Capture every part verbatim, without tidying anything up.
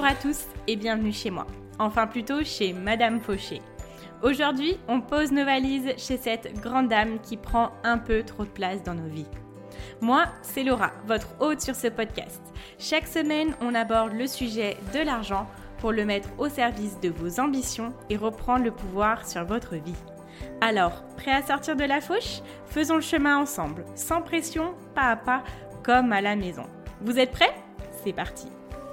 Bonjour à tous et bienvenue chez moi. Enfin plutôt chez Madame Fauché. Aujourd'hui, on pose nos valises chez cette grande dame qui prend un peu trop de place dans nos vies. Moi, c'est Laura, votre hôte sur ce podcast. Chaque semaine, on aborde le sujet de l'argent pour le mettre au service de vos ambitions et reprendre le pouvoir sur votre vie. Alors, prêt à sortir de la fauche ? Faisons le chemin ensemble, sans pression, pas à pas, comme à la maison. Vous êtes prêts ? C'est parti.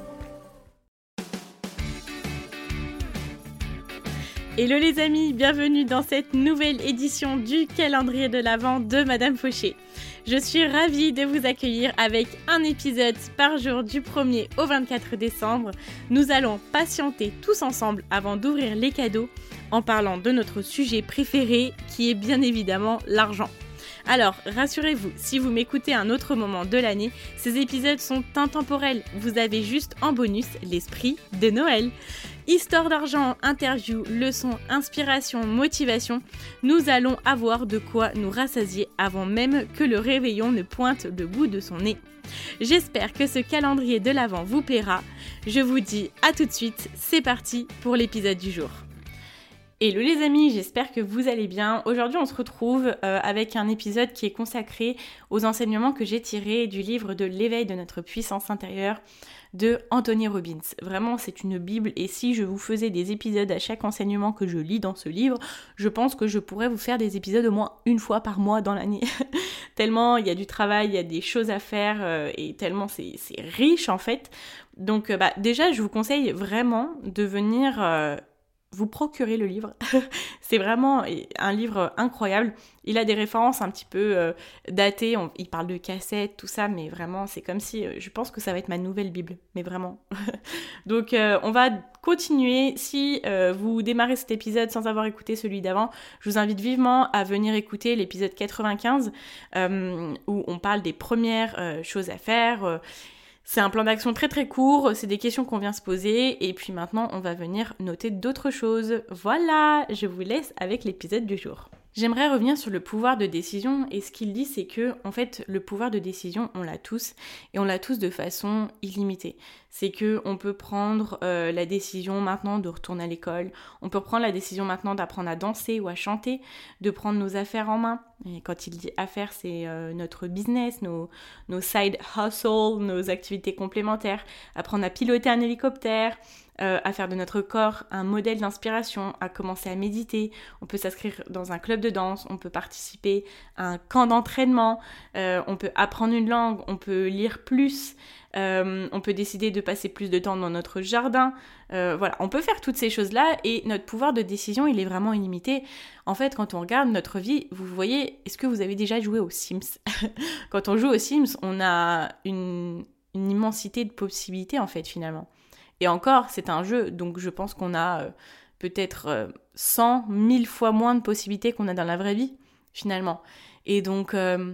Hello les amis, bienvenue dans cette nouvelle édition du calendrier de l'Avent de Madame Fauché. Je suis ravie de vous accueillir avec un épisode par jour du premier au vingt-quatre décembre. Nous allons patienter tous ensemble avant d'ouvrir les cadeaux en parlant de notre sujet préféré qui est bien évidemment l'argent. Alors, rassurez-vous, si vous m'écoutez à un autre moment de l'année, ces épisodes sont intemporels. Vous avez juste en bonus l'esprit de Noël. Histoire d'argent, interview, leçons, inspiration, motivation, nous allons avoir de quoi nous rassasier avant même que le réveillon ne pointe le bout de son nez. J'espère que ce calendrier de l'Avent vous plaira. Je vous dis à tout de suite, c'est parti pour l'épisode du jour. Hello les amis, j'espère que vous allez bien. Aujourd'hui on se retrouve euh, avec un épisode qui est consacré aux enseignements que j'ai tirés du livre de l'éveil de notre puissance intérieure de Anthony Robbins. Vraiment c'est une bible et si je vous faisais des épisodes à chaque enseignement que je lis dans ce livre, je pense que je pourrais vous faire des épisodes au moins une fois par mois dans l'année. Tellement il y a du travail, il y a des choses à faire euh, et tellement c'est, c'est riche en fait. Donc euh, bah, déjà je vous conseille vraiment de venir... Euh, vous procurer le livre. C'est vraiment un livre incroyable. Il a des références un petit peu euh, datées. On, il parle de cassettes, tout ça, mais vraiment, c'est comme si... Euh, je pense que ça va être ma nouvelle Bible, mais vraiment. Donc, euh, on va continuer. Si euh, vous démarrez cet épisode sans avoir écouté celui d'avant, je vous invite vivement à venir écouter l'épisode quatre-vingt-quinze, euh, où on parle des premières euh, choses à faire. Euh, C'est un plan d'action très très court, c'est des questions qu'on vient se poser et puis maintenant on va venir noter d'autres choses. Voilà, je vous laisse avec l'épisode du jour. J'aimerais revenir sur le pouvoir de décision et ce qu'il dit c'est que en fait le pouvoir de décision on l'a tous et on l'a tous de façon illimitée. C'est que on peut prendre euh, la décision maintenant de retourner à l'école, on peut prendre la décision maintenant d'apprendre à danser ou à chanter, de prendre nos affaires en main. Et quand il dit affaires, c'est euh, notre business, nos, nos side hustles, nos activités complémentaires, apprendre à piloter un hélicoptère, Euh, à faire de notre corps un modèle d'inspiration, à commencer à méditer, on peut s'inscrire dans un club de danse, on peut participer à un camp d'entraînement, euh, on peut apprendre une langue, on peut lire plus, euh, on peut décider de passer plus de temps dans notre jardin, euh, voilà, on peut faire toutes ces choses-là et notre pouvoir de décision, il est vraiment illimité. En fait, quand on regarde notre vie, vous voyez, est-ce que vous avez déjà joué aux Sims ? Quand on joue aux Sims, on a une, une immensité de possibilités en fait finalement. Et encore, c'est un jeu, donc je pense qu'on a euh, peut-être euh, cent, mille fois moins de possibilités qu'on a dans la vraie vie, finalement. Et donc, euh,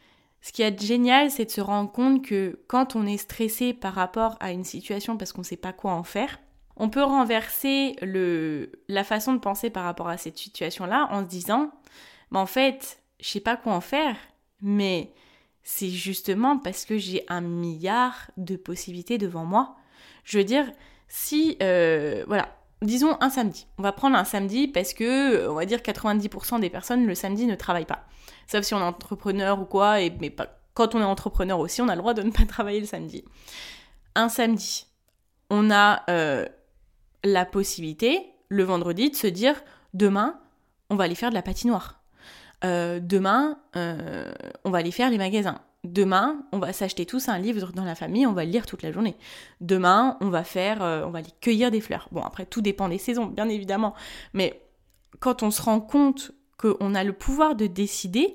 ce qui est génial, c'est de se rendre compte que quand on est stressé par rapport à une situation parce qu'on ne sait pas quoi en faire, on peut renverser le, la façon de penser par rapport à cette situation-là en se disant « en fait, je ne sais pas quoi en faire, mais c'est justement parce que j'ai un milliard de possibilités devant moi. » Je veux dire, si, euh, voilà, disons un samedi. On va prendre un samedi parce que, on va dire, quatre-vingt-dix pour cent des personnes, le samedi, ne travaillent pas. Sauf si on est entrepreneur ou quoi, et, mais pas, quand on est entrepreneur aussi, on a le droit de ne pas travailler le samedi. Un samedi, on a euh, la possibilité, le vendredi, de se dire, demain, on va aller faire de la patinoire. Euh, demain, euh, on va aller faire les magasins. Demain, on va s'acheter tous un livre dans la famille, on va le lire toute la journée. Demain, on va faire, euh, on va aller cueillir des fleurs. Bon, après, tout dépend des saisons, bien évidemment. Mais quand on se rend compte qu'on a le pouvoir de décider,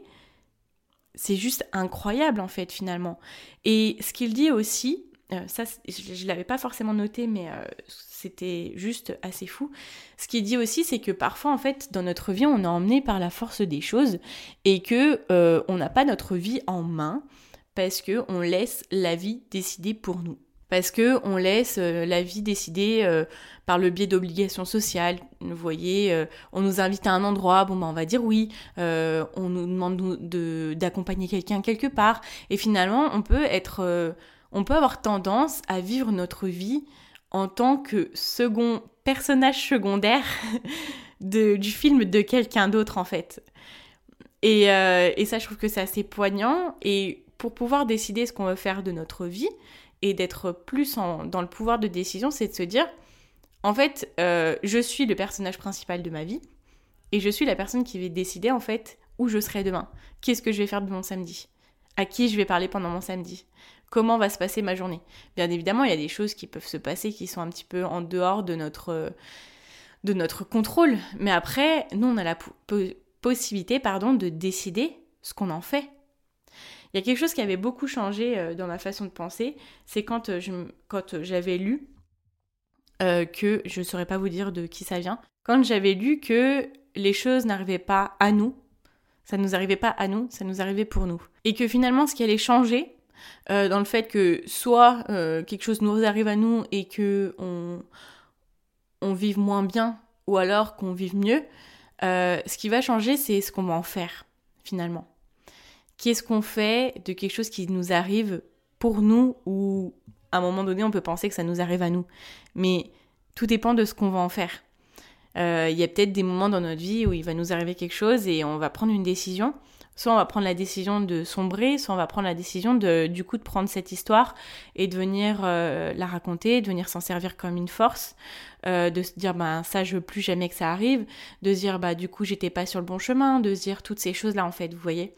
c'est juste incroyable, en fait, finalement. Et ce qu'il dit aussi, euh, ça, je ne l'avais pas forcément noté, mais euh, c'était juste assez fou. Ce qu'il dit aussi, c'est que parfois, en fait, dans notre vie, on est emmené par la force des choses et que euh, on n'a pas notre vie en main parce qu'on laisse la vie décider pour nous. Parce qu'on laisse euh, la vie décider euh, par le biais d'obligations sociales. Vous voyez, euh, on nous invite à un endroit, bon ben on va dire oui, euh, on nous demande de, d'accompagner quelqu'un quelque part, et finalement on peut être, euh, on peut avoir tendance à vivre notre vie en tant que second personnage secondaire de, du film de quelqu'un d'autre en fait. Et, euh, et ça, je trouve que c'est assez poignant. Et pour pouvoir décider ce qu'on veut faire de notre vie et d'être plus en, dans le pouvoir de décision, c'est de se dire, en fait, euh, je suis le personnage principal de ma vie et je suis la personne qui va décider en fait où je serai demain. Qu'est-ce que je vais faire de mon samedi ? À qui je vais parler pendant mon samedi ? Comment va se passer ma journée ? Bien évidemment, il y a des choses qui peuvent se passer qui sont un petit peu en dehors de notre, de notre contrôle. Mais après, nous, on a la po- possibilité pardon, de décider ce qu'on en fait. Il y a quelque chose qui avait beaucoup changé dans ma façon de penser, c'est quand, je, quand j'avais lu, euh, que je ne saurais pas vous dire de qui ça vient, quand j'avais lu que les choses n'arrivaient pas à nous, ça ne nous arrivait pas à nous, ça nous arrivait pour nous. Et que finalement, ce qui allait changer, euh, dans le fait que soit euh, quelque chose nous arrive à nous et qu'on on vive moins bien, ou alors qu'on vive mieux, euh, ce qui va changer, c'est ce qu'on va en faire, finalement. Qu'est-ce qu'on fait de quelque chose qui nous arrive pour nous, ou à un moment donné, on peut penser que ça nous arrive à nous. Mais tout dépend de ce qu'on va en faire. Euh, il y a peut-être des moments dans notre vie où il va nous arriver quelque chose et on va prendre une décision. Soit on va prendre la décision de sombrer, soit on va prendre la décision de, du coup, de prendre cette histoire et de venir euh, la raconter, de venir s'en servir comme une force, euh, de se dire, bah, ça, je veux plus jamais que ça arrive, de se dire, bah, du coup, j'étais pas sur le bon chemin, de se dire toutes ces choses-là, en fait, vous voyez.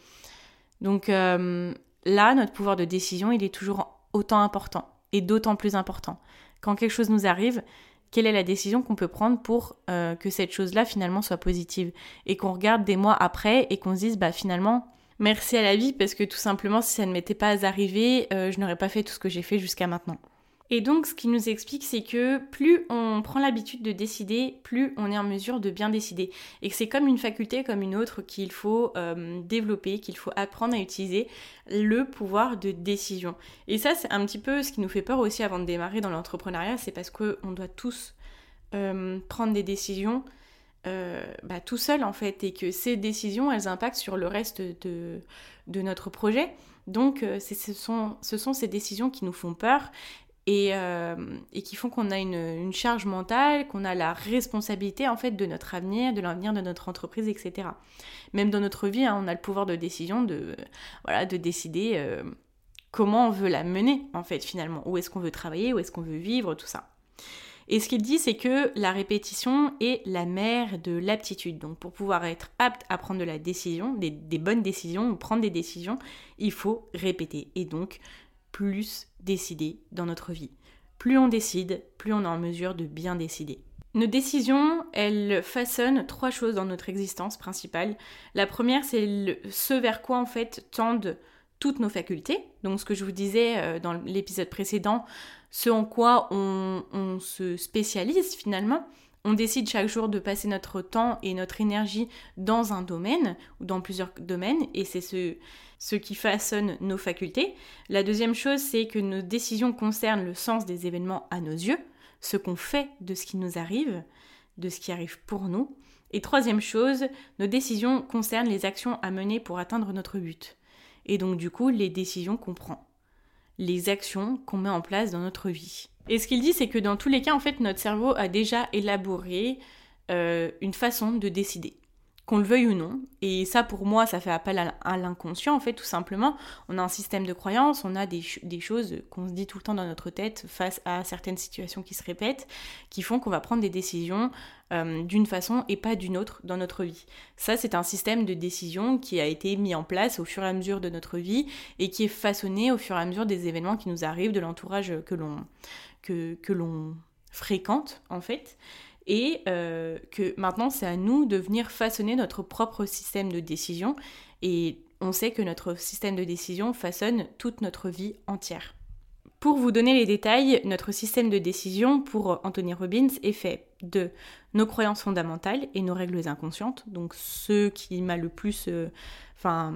Donc euh, là, notre pouvoir de décision, il est toujours autant important et d'autant plus important. Quand quelque chose nous arrive, quelle est la décision qu'on peut prendre pour euh, que cette chose-là finalement soit positive et qu'on regarde des mois après et qu'on se dise bah finalement merci à la vie parce que tout simplement si ça ne m'était pas arrivé, euh, je n'aurais pas fait tout ce que j'ai fait jusqu'à maintenant. Et donc ce qui nous explique c'est que plus on prend l'habitude de décider, plus on est en mesure de bien décider. Et que c'est comme une faculté comme une autre qu'il faut euh, développer, qu'il faut apprendre à utiliser le pouvoir de décision. Et ça c'est un petit peu ce qui nous fait peur aussi avant de démarrer dans l'entrepreneuriat, c'est parce qu'on doit tous euh, prendre des décisions euh, bah, tout seul en fait. Et que ces décisions elles impactent sur le reste de, de notre projet. Donc c'est, ce, sont, ce sont ces décisions qui nous font peur. Et, euh, et qui font qu'on a une, une charge mentale, qu'on a la responsabilité en fait de notre avenir, de l'avenir de notre entreprise, et cetera. Même dans notre vie, hein, on a le pouvoir de décision de, voilà, de décider euh, comment on veut la mener en fait finalement, où est-ce qu'on veut travailler, où est-ce qu'on veut vivre, tout ça. Et ce qu'il dit, c'est que la répétition est la mère de l'aptitude. Donc pour pouvoir être apte à prendre de la décision, des, des bonnes décisions, ou prendre des décisions, il faut répéter. Et donc plus décider dans notre vie. Plus on décide, plus on est en mesure de bien décider. Nos décisions, elles façonnent trois choses dans notre existence principale. La première, c'est le, ce vers quoi en fait tendent toutes nos facultés. Donc ce que je vous disais dans l'épisode précédent, ce en quoi on, on se spécialise finalement. On décide chaque jour de passer notre temps et notre énergie dans un domaine ou dans plusieurs domaines et c'est ce, ce qui façonne nos facultés. La deuxième chose, c'est que nos décisions concernent le sens des événements à nos yeux, ce qu'on fait de ce qui nous arrive, de ce qui arrive pour nous. Et troisième chose, nos décisions concernent les actions à mener pour atteindre notre but. Et donc du coup, les décisions qu'on prend, les actions qu'on met en place dans notre vie. Et ce qu'il dit, c'est que dans tous les cas, en fait, notre cerveau a déjà élaboré euh, une façon de décider, qu'on le veuille ou non. Et ça, pour moi, ça fait appel à, à l'inconscient, en fait, tout simplement. On a un système de croyances, on a des, des choses qu'on se dit tout le temps dans notre tête face à certaines situations qui se répètent, qui font qu'on va prendre des décisions euh, d'une façon et pas d'une autre dans notre vie. Ça, c'est un système de décision qui a été mis en place au fur et à mesure de notre vie et qui est façonné au fur et à mesure des événements qui nous arrivent, de l'entourage que l'on, que, que l'on fréquente, en fait. Et euh, que maintenant, c'est à nous de venir façonner notre propre système de décision. Et on sait que notre système de décision façonne toute notre vie entière. Pour vous donner les détails, notre système de décision, pour Anthony Robbins, est fait de nos croyances fondamentales et nos règles inconscientes, donc ce qui m'a le plus... Euh, enfin...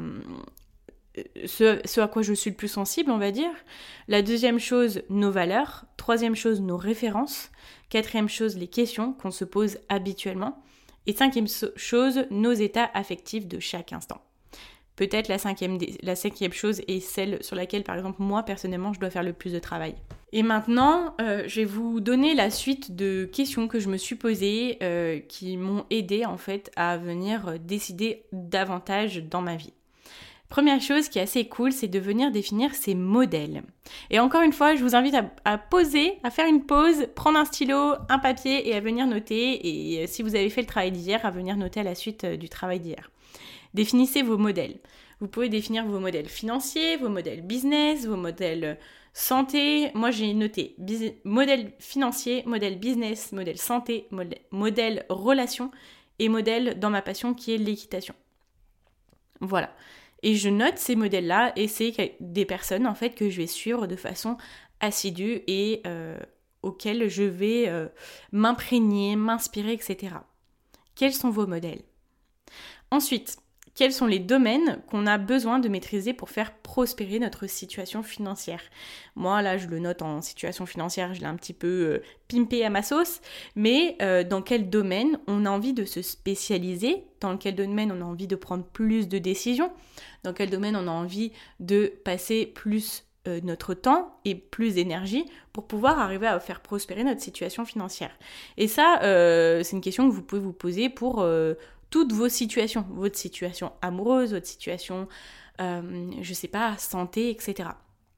Ce, ce à quoi je suis le plus sensible, on va dire. La deuxième chose, nos valeurs. Troisième chose, nos références. Quatrième chose, les questions qu'on se pose habituellement. Et cinquième chose, nos états affectifs de chaque instant. Peut-être la cinquième, la cinquième chose est celle sur laquelle, par exemple, moi, personnellement, je dois faire le plus de travail. Et maintenant, euh, je vais vous donner la suite de questions que je me suis posées euh, qui m'ont aidé en fait à venir décider davantage dans ma vie. Première chose qui est assez cool, c'est de venir définir ses modèles. Et encore une fois, je vous invite à, à poser, à faire une pause, prendre un stylo, un papier et à venir noter. Et si vous avez fait le travail d'hier, à venir noter à la suite du travail d'hier. Définissez vos modèles. Vous pouvez définir vos modèles financiers, vos modèles business, vos modèles santé. Moi, j'ai noté bus- modèle financier, modèle business, modèle santé, modèle, modèle relation et modèle dans ma passion qui est l'équitation. Voilà. Et je note ces modèles-là et c'est des personnes en fait que je vais suivre de façon assidue et euh, auxquelles je vais euh, m'imprégner, m'inspirer, et cetera. Quels sont vos modèles ? Ensuite, quels sont les domaines qu'on a besoin de maîtriser pour faire prospérer notre situation financière ? Moi, là, je le note en situation financière, je l'ai un petit peu euh, pimpé à ma sauce, mais euh, dans quel domaine on a envie de se spécialiser ? Dans quel domaine on a envie de prendre plus de décisions ? Dans quel domaine on a envie de passer plus euh, notre temps et plus d'énergie pour pouvoir arriver à faire prospérer notre situation financière ? Et ça, euh, c'est une question que vous pouvez vous poser pour... Euh, toutes vos situations, votre situation amoureuse, votre situation, euh, je sais pas, santé, et cetera.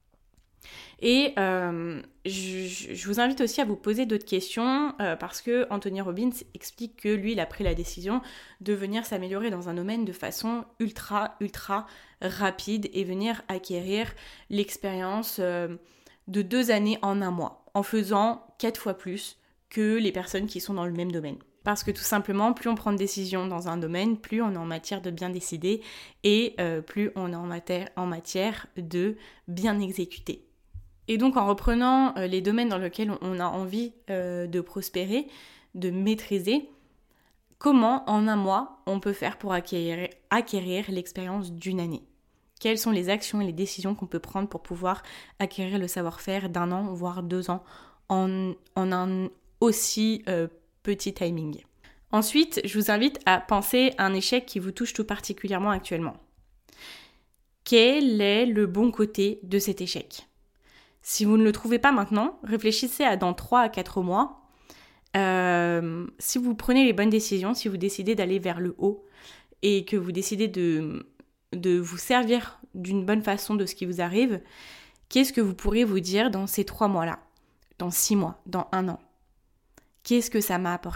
Et euh, je, je vous invite aussi à vous poser d'autres questions euh, parce que Anthony Robbins explique que lui, il a pris la décision de venir s'améliorer dans un domaine de façon ultra, ultra rapide et venir acquérir l'expérience euh, de deux années en un mois, en faisant quatre fois plus que les personnes qui sont dans le même domaine. Parce que tout simplement, plus on prend de décisions dans un domaine, plus on est en matière de bien décider et euh, plus on est en matière, en matière de bien exécuter. Et donc en reprenant euh, les domaines dans lesquels on a envie euh, de prospérer, de maîtriser, comment en un mois on peut faire pour acquérir, acquérir l'expérience d'une année ? Quelles sont les actions et les décisions qu'on peut prendre pour pouvoir acquérir le savoir-faire d'un an, voire deux ans, en, en un aussi euh, petit timing. Ensuite, je vous invite à penser à un échec qui vous touche tout particulièrement actuellement. Quel est le bon côté de cet échec ? Si vous ne le trouvez pas maintenant, réfléchissez à dans trois à quatre mois. Euh, si vous prenez les bonnes décisions, si vous décidez d'aller vers le haut et que vous décidez de, de vous servir d'une bonne façon de ce qui vous arrive, qu'est-ce que vous pourrez vous dire dans ces trois mois-là, dans six mois, dans un an ? Qu'est-ce que ça m'a apporté ?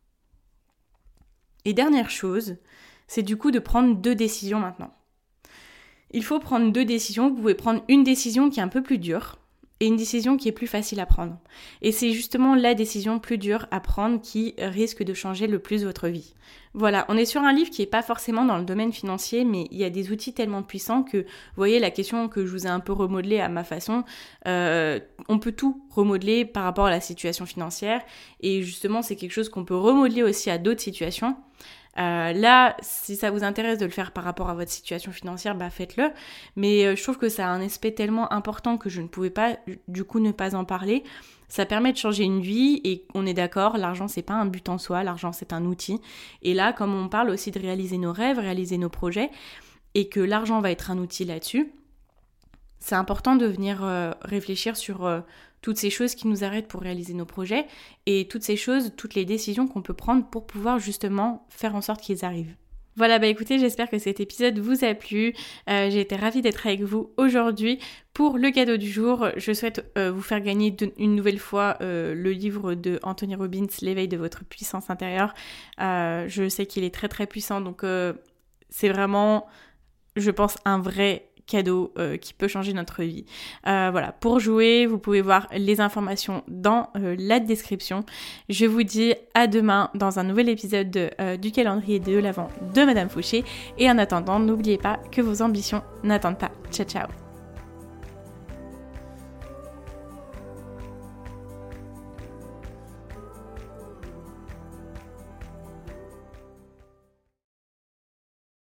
Et dernière chose, c'est du coup de prendre deux décisions maintenant. Il faut prendre deux décisions. Vous pouvez prendre une décision qui est un peu plus dure et une décision qui est plus facile à prendre. Et c'est justement la décision plus dure à prendre qui risque de changer le plus votre vie. Voilà, on est sur un livre qui n'est pas forcément dans le domaine financier, mais il y a des outils tellement puissants que, vous voyez, la question que je vous ai un peu remodelée à ma façon, euh, on peut tout remodeler par rapport à la situation financière. Et justement, c'est quelque chose qu'on peut remodeler aussi à d'autres situations. Euh, là, si ça vous intéresse de le faire par rapport à votre situation financière, bah faites-le. Mais euh, je trouve que ça a un aspect tellement important que je ne pouvais pas, du coup, ne pas en parler. Ça permet de changer une vie et on est d'accord, l'argent c'est pas un but en soi, l'argent c'est un outil. Et là, comme on parle aussi de réaliser nos rêves, réaliser nos projets, et que l'argent va être un outil là-dessus, c'est important de venir euh, réfléchir sur euh, toutes ces choses qui nous arrêtent pour réaliser nos projets et toutes ces choses, toutes les décisions qu'on peut prendre pour pouvoir justement faire en sorte qu'ils arrivent. Voilà, bah écoutez, j'espère que cet épisode vous a plu. Euh, j'ai été ravie d'être avec vous aujourd'hui. Pour le cadeau du jour, je souhaite euh, vous faire gagner de, une nouvelle fois euh, le livre de Anthony Robbins, L'éveil de votre puissance intérieure. Euh, je sais qu'il est très très puissant, donc euh, c'est vraiment, je pense, un vrai cadeau euh, qui peut changer notre vie. Euh, voilà, pour jouer, vous pouvez voir les informations dans euh, la description. Je vous dis à demain dans un nouvel épisode de, euh, du calendrier de l'Avent de Madame Fauché. Et en attendant, n'oubliez pas que vos ambitions n'attendent pas. Ciao, ciao.